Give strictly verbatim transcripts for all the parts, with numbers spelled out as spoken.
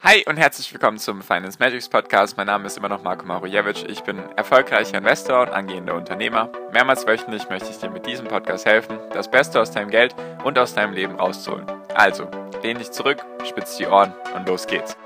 Hi und herzlich willkommen zum Finance Magics Podcast. Mein Name ist immer noch Marko Marujewicz. Ich bin erfolgreicher Investor und angehender Unternehmer. Mehrmals wöchentlich möchte ich dir mit diesem Podcast helfen, das Beste aus deinem Geld und aus deinem Leben rauszuholen. Also, lehn dich zurück, spitz die Ohren und los geht's.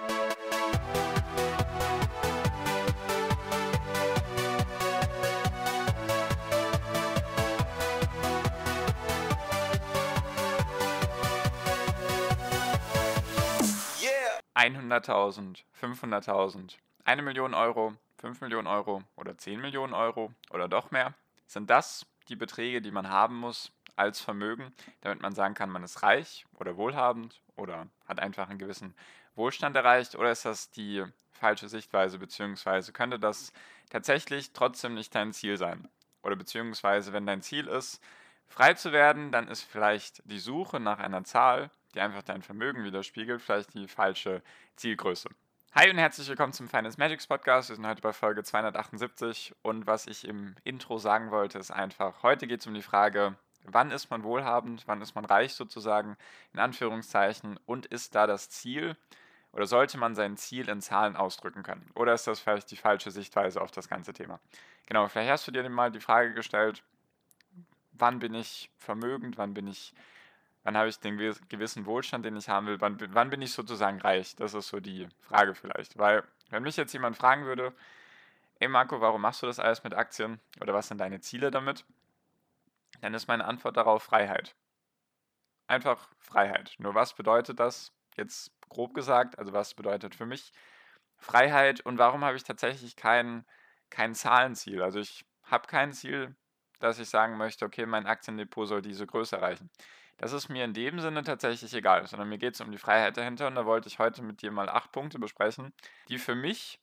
hunderttausend, fünfhunderttausend, eine Million Euro, fünf Millionen Euro oder zehn Millionen Euro oder doch mehr? Sind das die Beträge, die man haben muss als Vermögen, damit man sagen kann, man ist reich oder wohlhabend oder hat einfach einen gewissen Wohlstand erreicht? Oder ist das die falsche Sichtweise, beziehungsweise könnte das tatsächlich trotzdem nicht dein Ziel sein? Oder beziehungsweise, wenn dein Ziel ist, frei zu werden, dann ist vielleicht die Suche nach einer Zahl, die einfach dein Vermögen widerspiegelt, vielleicht die falsche Zielgröße. Hi und herzlich willkommen zum Finance Magics Podcast. Wir sind heute bei Folge zweihundertachtundsiebzig und was ich im Intro sagen wollte, ist einfach, heute geht es um die Frage, wann ist man wohlhabend, wann ist man reich sozusagen, in Anführungszeichen, und ist da das Ziel oder sollte man sein Ziel in Zahlen ausdrücken können? Oder ist das vielleicht die falsche Sichtweise auf das ganze Thema? Genau, vielleicht hast du dir mal die Frage gestellt, wann bin ich vermögend, wann bin ich Wann habe ich den gewissen Wohlstand, den ich haben will? Wann, wann bin ich sozusagen reich? Das ist so die Frage vielleicht. Weil, wenn mich jetzt jemand fragen würde, ey Marco, warum machst du das alles mit Aktien? Oder was sind deine Ziele damit? Dann ist meine Antwort darauf Freiheit. Einfach Freiheit. Nur was bedeutet das? Jetzt grob gesagt, also was bedeutet für mich Freiheit und warum habe ich tatsächlich kein, kein Zahlenziel? Also ich habe kein Ziel, dass ich sagen möchte, okay, mein Aktiendepot soll diese Größe erreichen. Das ist mir in dem Sinne tatsächlich egal, sondern mir geht es um die Freiheit dahinter und da wollte ich heute mit dir mal acht Punkte besprechen, die für mich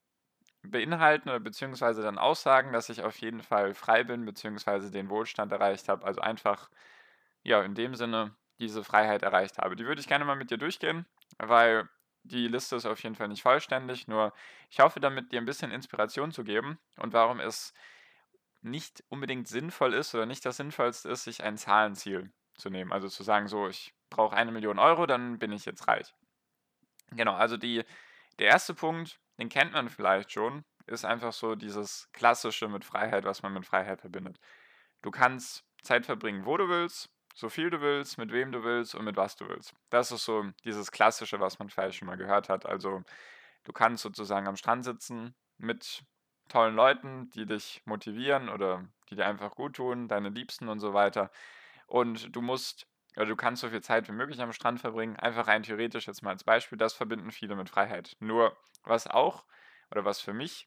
beinhalten oder beziehungsweise dann aussagen, dass ich auf jeden Fall frei bin, beziehungsweise den Wohlstand erreicht habe, also einfach, ja, in dem Sinne diese Freiheit erreicht habe. Die würde ich gerne mal mit dir durchgehen, weil die Liste ist auf jeden Fall nicht vollständig, nur ich hoffe damit dir ein bisschen Inspiration zu geben und warum es nicht unbedingt sinnvoll ist oder nicht das Sinnvollste ist, sich ein Zahlenziel zu nehmen. Also zu sagen, so, ich brauche eine Million Euro, dann bin ich jetzt reich. Genau, also die, der erste Punkt, den kennt man vielleicht schon, ist einfach so dieses Klassische mit Freiheit, was man mit Freiheit verbindet. Du kannst Zeit verbringen, wo du willst, so viel du willst, mit wem du willst und mit was du willst. Das ist so dieses Klassische, was man vielleicht schon mal gehört hat. Also du kannst sozusagen am Strand sitzen mit tollen Leuten, die dich motivieren oder die dir einfach gut tun, deine Liebsten und so weiter. Und du musst, oder du kannst so viel Zeit wie möglich am Strand verbringen. Einfach rein theoretisch jetzt mal als Beispiel, das verbinden viele mit Freiheit. Nur was auch, oder was für mich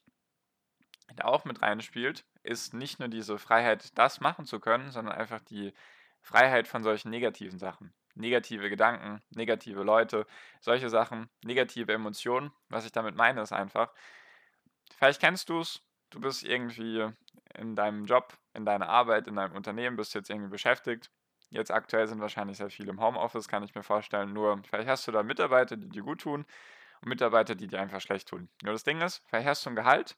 da auch mit reinspielt, ist nicht nur diese Freiheit, das machen zu können, sondern einfach die Freiheit von solchen negativen Sachen. Negative Gedanken, negative Leute, solche Sachen, negative Emotionen. Was ich damit meine, ist einfach, vielleicht kennst du es, du bist irgendwie in deinem Job, in deiner Arbeit, in deinem Unternehmen, bist jetzt irgendwie beschäftigt. Jetzt aktuell sind wahrscheinlich sehr viele im Homeoffice, kann ich mir vorstellen. Nur vielleicht hast du da Mitarbeiter, die dir gut tun und Mitarbeiter, die dir einfach schlecht tun. Nur das Ding ist, vielleicht hast du ein Gehalt,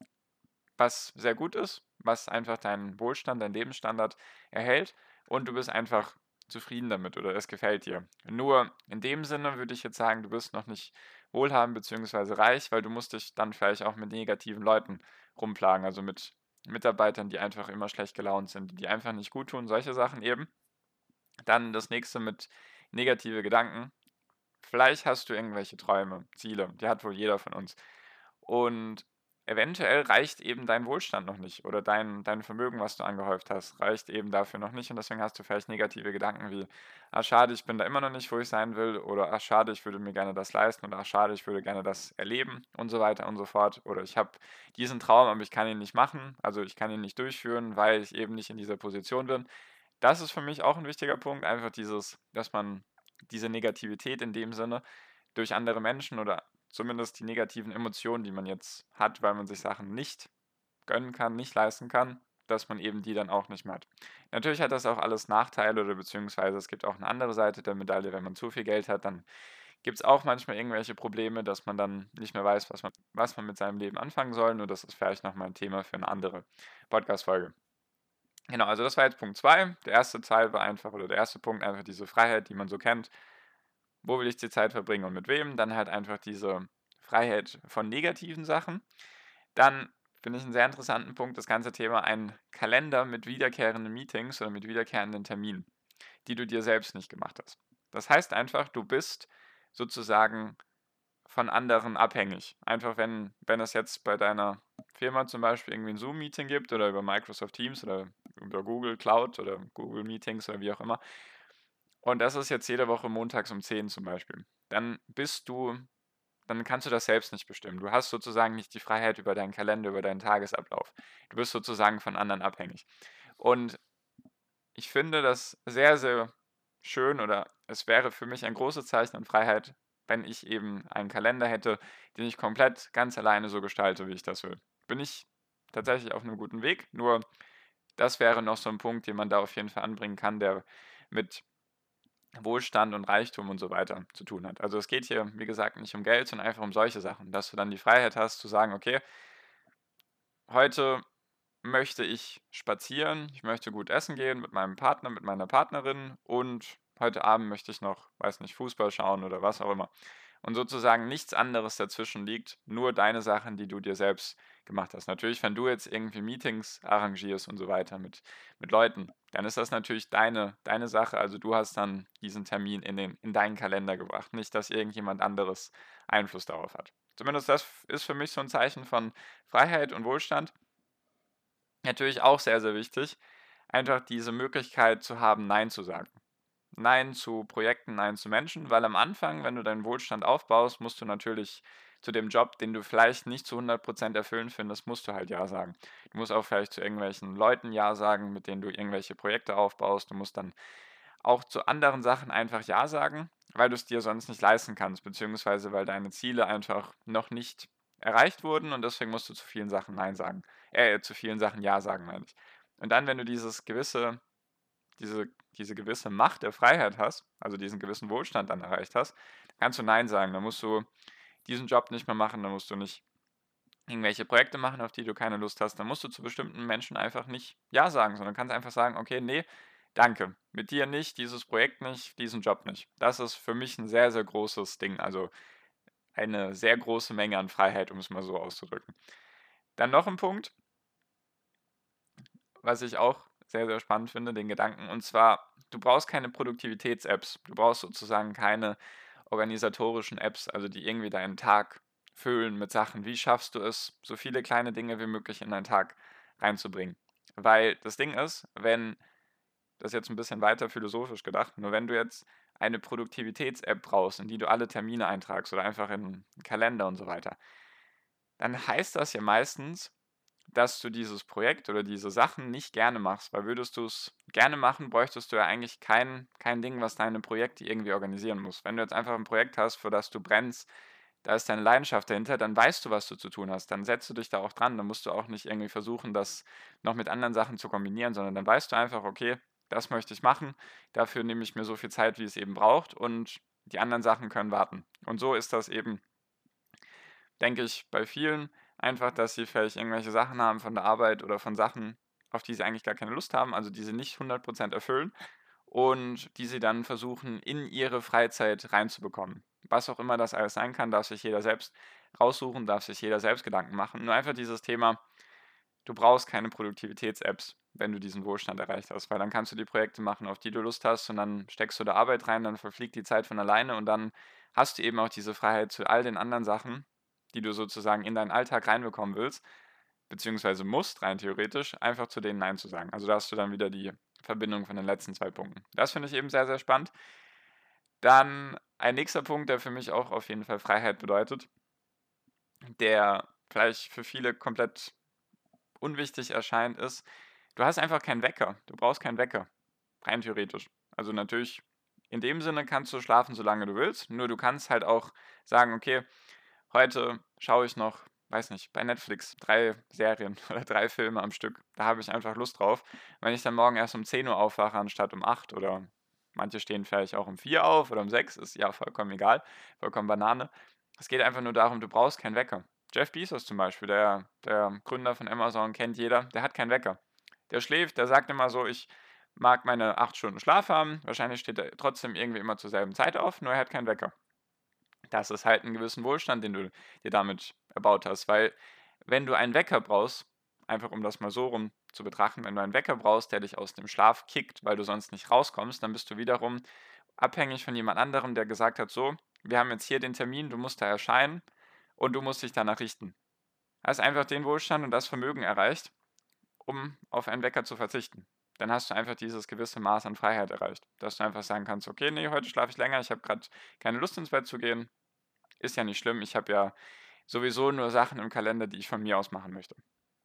was sehr gut ist, was einfach deinen Wohlstand, deinen Lebensstandard erhält und du bist einfach zufrieden damit oder es gefällt dir. Nur in dem Sinne würde ich jetzt sagen, du bist noch nicht wohlhabend bzw. reich, weil du musst dich dann vielleicht auch mit negativen Leuten rumplagen, also mit Mitarbeitern, die einfach immer schlecht gelaunt sind, die einfach nicht gut tun, solche Sachen eben. Dann das nächste mit negative Gedanken. Vielleicht hast du irgendwelche Träume, Ziele, die hat wohl jeder von uns. Und eventuell reicht eben dein Wohlstand noch nicht oder dein, dein Vermögen, was du angehäuft hast, reicht eben dafür noch nicht und deswegen hast du vielleicht negative Gedanken wie, ah schade, ich bin da immer noch nicht, wo ich sein will oder ah schade, ich würde mir gerne das leisten oder ah schade, ich würde gerne das erleben und so weiter und so fort oder ich habe diesen Traum, aber ich kann ihn nicht machen, also ich kann ihn nicht durchführen, weil ich eben nicht in dieser Position bin. Das ist für mich auch ein wichtiger Punkt, einfach dieses, dass man diese Negativität in dem Sinne durch andere Menschen oder zumindest die negativen Emotionen, die man jetzt hat, weil man sich Sachen nicht gönnen kann, nicht leisten kann, dass man eben die dann auch nicht mehr hat. Natürlich hat das auch alles Nachteile oder beziehungsweise es gibt auch eine andere Seite der Medaille, wenn man zu viel Geld hat, dann gibt es auch manchmal irgendwelche Probleme, dass man dann nicht mehr weiß, was man, was man mit seinem Leben anfangen soll. Nur das ist vielleicht nochmal ein Thema für eine andere Podcast-Folge. Genau, also das war jetzt Punkt zwei. Der erste Teil war einfach, oder der erste Punkt einfach diese Freiheit, die man so kennt. wo will ich die Zeit verbringen und mit wem, dann halt einfach diese Freiheit von negativen Sachen. Dann finde ich einen sehr interessanten Punkt das ganze Thema ein Kalender mit wiederkehrenden Meetings oder mit wiederkehrenden Terminen, die du dir selbst nicht gemacht hast. Das heißt einfach, du bist sozusagen von anderen abhängig. Einfach wenn wenn es jetzt bei deiner Firma zum Beispiel irgendwie 'n Zoom-Meeting gibt oder über Microsoft Teams oder über Google Cloud oder Google Meetings oder wie auch immer, und das ist jetzt jede Woche montags um zehn zum Beispiel, dann bist du dann kannst du das selbst nicht bestimmen. Du hast sozusagen nicht die Freiheit über deinen Kalender, über deinen Tagesablauf. Du bist sozusagen von anderen abhängig. Und ich finde das sehr, sehr schön oder es wäre für mich ein großes Zeichen an Freiheit, wenn ich eben einen Kalender hätte, den ich komplett ganz alleine so gestalte, wie ich das will. Bin ich tatsächlich auf einem guten Weg, nur das wäre noch so ein Punkt, den man da auf jeden Fall anbringen kann, der mit Wohlstand und Reichtum und so weiter zu tun hat. Also, es geht hier, wie gesagt, nicht um Geld, sondern einfach um solche Sachen, dass du dann die Freiheit hast zu sagen: „Okay, heute möchte ich spazieren, ich möchte gut essen gehen mit meinem Partner, mit meiner Partnerin und heute Abend möchte ich noch, weiß nicht, Fußball schauen oder was auch immer. Und sozusagen nichts anderes dazwischen liegt, nur deine Sachen, die du dir selbst gemacht hast. Natürlich, wenn du jetzt irgendwie Meetings arrangierst und so weiter mit, mit Leuten, dann ist das natürlich deine, deine Sache. Also du hast dann diesen Termin in, den, in deinen Kalender gebracht, nicht, dass irgendjemand anderes Einfluss darauf hat. Zumindest das ist für mich so ein Zeichen von Freiheit und Wohlstand. Natürlich auch sehr, sehr wichtig, einfach diese Möglichkeit zu haben, nein zu sagen. Nein zu Projekten, nein zu Menschen, weil am Anfang, wenn du deinen Wohlstand aufbaust, musst du natürlich zu dem Job, den du vielleicht nicht zu hundert Prozent erfüllend findest, musst du halt ja sagen. Du musst auch vielleicht zu irgendwelchen Leuten ja sagen, mit denen du irgendwelche Projekte aufbaust. Du musst dann auch zu anderen Sachen einfach ja sagen, weil du es dir sonst nicht leisten kannst, beziehungsweise weil deine Ziele einfach noch nicht erreicht wurden und deswegen musst du zu vielen Sachen nein sagen. Äh, zu vielen Sachen ja sagen, meine ich. Und dann, wenn du dieses gewisse diese diese gewisse Macht der Freiheit hast, also diesen gewissen Wohlstand dann erreicht hast, dann kannst du nein sagen. Dann musst du diesen Job nicht mehr machen, dann musst du nicht irgendwelche Projekte machen, auf die du keine Lust hast. Dann musst du zu bestimmten Menschen einfach nicht ja sagen, sondern kannst einfach sagen: „Okay, nee, danke. Mit dir nicht, dieses Projekt nicht, diesen Job nicht.“ Das ist für mich ein sehr, sehr großes Ding, also eine sehr große Menge an Freiheit, um es mal so auszudrücken. Dann noch ein Punkt, was ich auch sehr, sehr spannend finde, den Gedanken, und zwar, du brauchst keine Produktivitäts-Apps. Du brauchst sozusagen keine organisatorischen Apps, also die irgendwie deinen Tag füllen mit Sachen. Wie schaffst du es, so viele kleine Dinge wie möglich in deinen Tag reinzubringen? Weil das Ding ist, wenn das ist jetzt ein bisschen weiter philosophisch gedacht, nur wenn du jetzt eine Produktivitäts-App brauchst, in die du alle Termine eintragst oder einfach in 'n Kalender und so weiter, dann heißt das ja meistens, dass du dieses Projekt oder diese Sachen nicht gerne machst, weil würdest du es gerne machen, bräuchtest du ja eigentlich kein kein Ding, was deine Projekte irgendwie organisieren muss. Wenn du jetzt einfach ein Projekt hast, für das du brennst, da ist deine Leidenschaft dahinter, dann weißt du, was du zu tun hast. Dann setzt du dich da auch dran. Dann musst du auch nicht irgendwie versuchen, das noch mit anderen Sachen zu kombinieren, sondern dann weißt du einfach: „Okay, das möchte ich machen. Dafür nehme ich mir so viel Zeit, wie es eben braucht und die anderen Sachen können warten.“ Und so ist das eben, denke ich, bei vielen einfach, dass sie vielleicht irgendwelche Sachen haben von der Arbeit oder von Sachen, auf die sie eigentlich gar keine Lust haben, also die sie nicht hundert Prozent erfüllen und die sie dann versuchen, in ihre Freizeit reinzubekommen. Was auch immer das alles sein kann, darf sich jeder selbst raussuchen, darf sich jeder selbst Gedanken machen. Nur einfach dieses Thema, du brauchst keine Produktivitäts-Apps, wenn du diesen Wohlstand erreicht hast, weil dann kannst du die Projekte machen, auf die du Lust hast und dann steckst du da Arbeit rein, dann verfliegt die Zeit von alleine und dann hast du eben auch diese Freiheit zu all den anderen Sachen, die du sozusagen in deinen Alltag reinbekommen willst, beziehungsweise musst rein theoretisch, einfach zu denen Nein zu sagen. Also da hast du dann wieder die Verbindung von den letzten zwei Punkten. Das finde ich eben sehr, sehr spannend. Dann ein nächster Punkt, der für mich auch auf jeden Fall Freiheit bedeutet, der vielleicht für viele komplett unwichtig erscheint, ist, du hast einfach keinen Wecker. Du brauchst keinen Wecker, rein theoretisch. Also natürlich, in dem Sinne kannst du schlafen, solange du willst, nur du kannst halt auch sagen: „Okay, heute schaue ich noch, weiß nicht, bei Netflix drei Serien oder drei Filme am Stück. Da habe ich einfach Lust drauf.“ Wenn ich dann morgen erst um zehn Uhr aufwache anstatt um acht oder manche stehen vielleicht auch um vier auf oder um sechs, ist ja vollkommen egal, vollkommen Banane. Es geht einfach nur darum, du brauchst keinen Wecker. Jeff Bezos zum Beispiel, der der Gründer von Amazon, kennt jeder, der hat keinen Wecker. Der schläft, der sagt immer so: „Ich mag meine acht Stunden Schlaf haben, wahrscheinlich steht er trotzdem irgendwie immer zur selben Zeit auf, nur er hat keinen Wecker. Das ist halt 'n gewissen Wohlstand, den du dir damit erbaut hast, weil wenn du einen Wecker brauchst, einfach um das mal so rum zu betrachten, wenn du einen Wecker brauchst, der dich aus dem Schlaf kickt, weil du sonst nicht rauskommst, dann bist du wiederum abhängig von jemand anderem, der gesagt hat: „So, wir haben jetzt hier den Termin, du musst da erscheinen und du musst dich danach richten.“ Hast einfach den Wohlstand und das Vermögen erreicht, um auf einen Wecker zu verzichten. Dann hast du einfach dieses gewisse Maß an Freiheit erreicht, dass du einfach sagen kannst: „Okay, ne, heute schlafe ich länger, ich habe grad keine Lust, ins Bett zu gehen. Ist ja nicht schlimm, ich habe ja sowieso nur Sachen im Kalender, die ich von mir aus machen möchte.“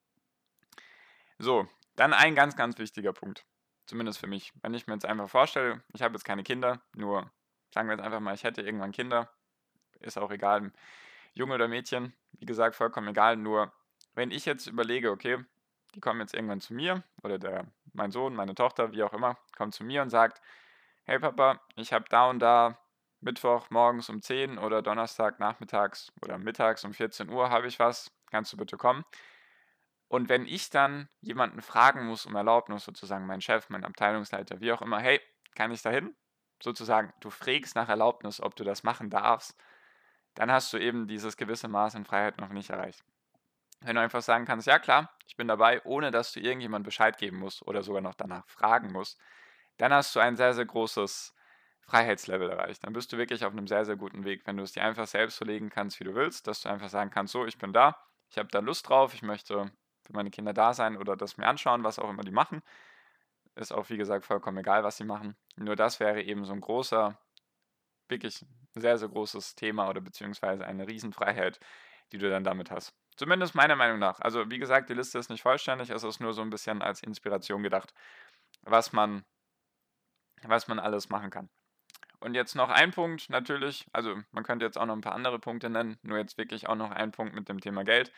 So, dann ein ganz, ganz wichtiger Punkt, zumindest für mich. Wenn ich mir jetzt einfach vorstelle, ich habe jetzt keine Kinder, nur sagen wir jetzt einfach mal, ich hätte irgendwann Kinder, ist auch egal, Junge oder Mädchen, wie gesagt, vollkommen egal. Nur wenn ich jetzt überlege, okay, die kommen jetzt irgendwann zu mir oder der mein Sohn, meine Tochter, wie auch immer, kommt zu mir und sagt: „Hey Papa, ich habe da und da Mittwoch morgens um zehn oder Donnerstag nachmittags oder mittags um vierzehn Uhr habe ich was. Kannst du bitte kommen?“ Und wenn ich dann jemanden fragen muss um Erlaubnis, sozusagen meinen Chef, meinen Abteilungsleiter, wie auch immer: „Hey, kann ich da hin?“ Sozusagen, du frägst nach Erlaubnis, ob du das machen darfst, dann hast du eben dieses gewisse Maß an Freiheit noch nicht erreicht. Wenn du einfach sagen kannst: „Ja klar, ich bin dabei“, ohne dass du irgendjemandem Bescheid geben musst oder sogar noch danach fragen musst, dann hast du ein sehr, sehr großes Freiheitslevel erreicht. Dann bist du wirklich auf 'nem sehr, sehr guten Weg, wenn du es dir einfach selbst so legen kannst, wie du willst, dass du einfach sagen kannst: „So, ich bin da, ich habe da Lust drauf, ich möchte für meine Kinder da sein oder das mir anschauen“, was auch immer die machen. Ist auch, wie gesagt, vollkommen egal, was sie machen. Nur das wäre eben so 'n großer, wirklich sehr, sehr großes Thema oder beziehungsweise eine Riesenfreiheit, die du dann damit hast. Zumindest meiner Meinung nach. Also, wie gesagt, die Liste ist nicht vollständig, es ist nur so 'n bisschen als Inspiration gedacht, was man was man alles machen kann. Und jetzt noch ein Punkt natürlich, also, man könnte jetzt auch noch 'n paar andere Punkte nennen, nur jetzt wirklich auch noch ein Punkt mit dem Thema Geld.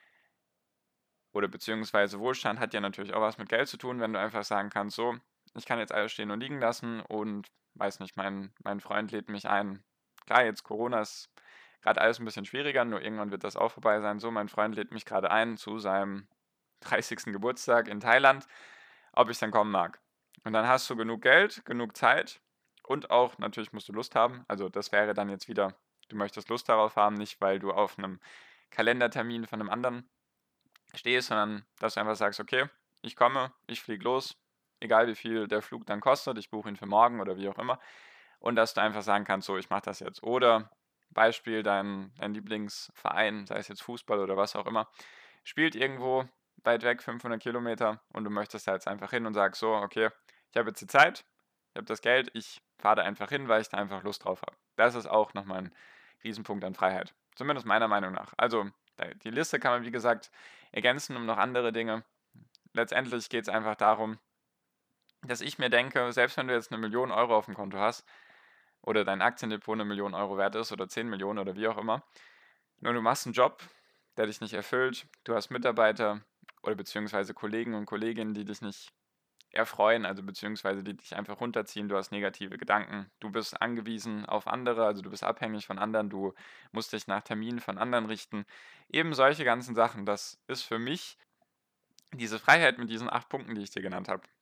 Oder beziehungsweise Wohlstand hat ja natürlich auch was mit Geld zu tun, wenn du einfach sagen kannst: „So, ich kann jetzt alles stehen und liegen lassen und weiß nicht, mein mein Freund lädt mich ein.“ Klar, jetzt Corona ist grad alles 'n bisschen schwieriger, nur irgendwann wird das auch vorbei sein. So, mein Freund lädt mich grade ein zu seinem dreißigsten Geburtstag in Thailand, ob ich denn kommen mag. Und dann hast du genug Geld, genug Zeit und auch natürlich musst du Lust haben. Also, das wäre dann jetzt wieder, du möchtest Lust darauf haben, nicht weil du auf 'nem Kalendertermin von 'nem anderen stehst, sondern dass du einfach sagst: „Okay, ich komme, ich fliege los, egal wie viel der Flug dann kostet, ich buche ihn für morgen“ oder wie auch immer. Und dass du einfach sagen kannst: „So, ich mache das jetzt.“ Oder Beispiel, dein dein Lieblingsverein, sei es jetzt Fußball oder was auch immer, spielt irgendwo weit weg, fünfhundert Kilometer und du möchtest da jetzt einfach hin und sagst so: „Okay, ich habe jetzt die Zeit, ich habe das Geld, ich fahre da einfach hin, weil ich da einfach Lust drauf habe.“ Das ist auch noch mal 'n Riesenpunkt an Freiheit, zumindest meiner Meinung nach. Also, da die Liste kann man, wie gesagt, ergänzen um noch andere Dinge. Letztendlich geht's einfach darum, dass ich mir denke, selbst wenn du jetzt 'ne Million Euro aufm Konto hast oder dein Aktiendepot 'ne Million Euro wert ist oder zehn Millionen oder wie auch immer, nur du machst 'n Job, der dich nicht erfüllt, du hast Mitarbeiter oder beziehungsweise Kollegen und Kolleginnen, die dich nicht erfreuen, also, beziehungsweise die dich einfach runterziehen, du hast negative Gedanken, du bist angewiesen auf andere, also, du bist abhängig von anderen, du musst dich nach Terminen von anderen richten. Eben solche ganzen Sachen, das ist für mich diese Freiheit mit diesen acht Punkten, die ich dir genannt habe.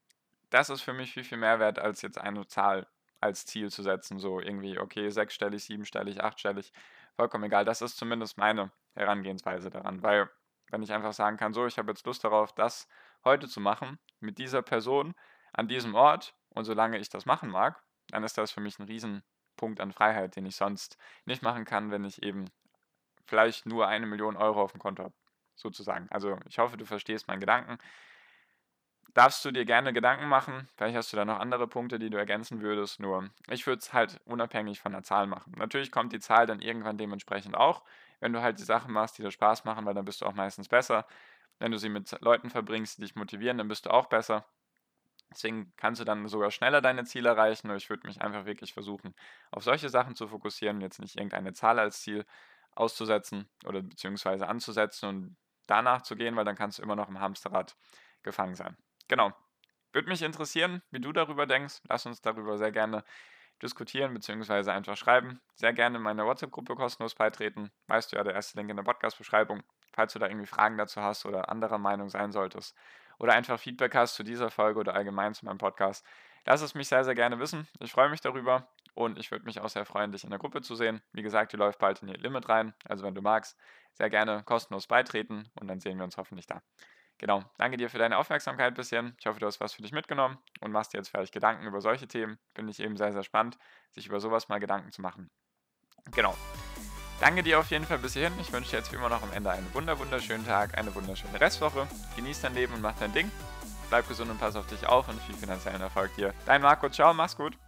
Das ist für mich viel, viel mehr wert, als jetzt eine Zahl als Ziel zu setzen, so irgendwie, okay, sechsstellig, siebenstellig, achtstellig, vollkommen egal. Das ist zumindest meine Herangehensweise daran, weil wenn ich einfach sagen kann: „So, ich habe jetzt Lust darauf, das heute zu machen mit dieser Person an diesem Ort und solange ich das machen mag“, dann ist das für mich 'n Riesenpunkt an Freiheit, den ich sonst nicht machen kann, wenn ich eben vielleicht nur eine Million Euro aufm Konto habe, sozusagen. Also, ich hoffe, du verstehst meinen Gedanken. Darfst du dir gerne Gedanken machen. Vielleicht hast du da noch andere Punkte, die du ergänzen würdest, nur ich würde es halt unabhängig von der Zahl machen. Natürlich kommt die Zahl dann irgendwann dementsprechend auch, wenn du halt die Sachen machst, die dir Spaß machen, weil dann bist du auch meistens besser. Wenn du sie mit z Leuten verbringst, die dich motivieren, dann bist du auch besser. Deswegen kannst du dann sogar schneller deine Ziele erreichen, nur ich würde mich einfach wirklich versuchen, auf solche Sachen zu fokussieren, jetzt nicht irgendeine Zahl als Ziel auszusetzen oder beziehungsweise anzusetzen und danach zu gehen, weil dann kannst du immer noch im Hamsterrad gefangen sein. Genau. Würde mich interessieren, wie du darüber denkst. Lass uns darüber sehr gerne diskutieren beziehungsweise einfach schreiben. Sehr gerne in meine WhatsApp-Gruppe kostenlos beitreten. Weißt du ja, der erste Link in der Podcast-Beschreibung, falls du da irgendwie Fragen dazu hast oder anderer Meinung sein solltest. oder einfach Feedback hast zu dieser Folge oder allgemein zu meinem Podcast, lass es mich sehr, sehr gerne wissen. Ich freue mich darüber und ich würde mich auch sehr freuen, dich in der Gruppe zu sehen. Wie gesagt, die läuft bald in ihr Limit rein, also wenn du magst, sehr gerne kostenlos beitreten und dann sehen wir uns hoffentlich da. Genau, danke dir für deine Aufmerksamkeit bis hierhin. Ich hoffe, du hast was für dich mitgenommen und machst dir jetzt vielleicht Gedanken über solche Themen. Finde ich eben sehr, sehr spannend, sich über sowas mal Gedanken zu machen. Genau. Danke dir auf jeden Fall bis hierhin. Ich wünsche dir jetzt wie immer noch am Ende einen wunder wunderschönen Tag, eine wunderschöne Restwoche. Genieß dein Leben und mach dein Ding. Bleib gesund und pass auf dich auf und viel finanziellen Erfolg dir. Dein Marco, ciao, mach's gut.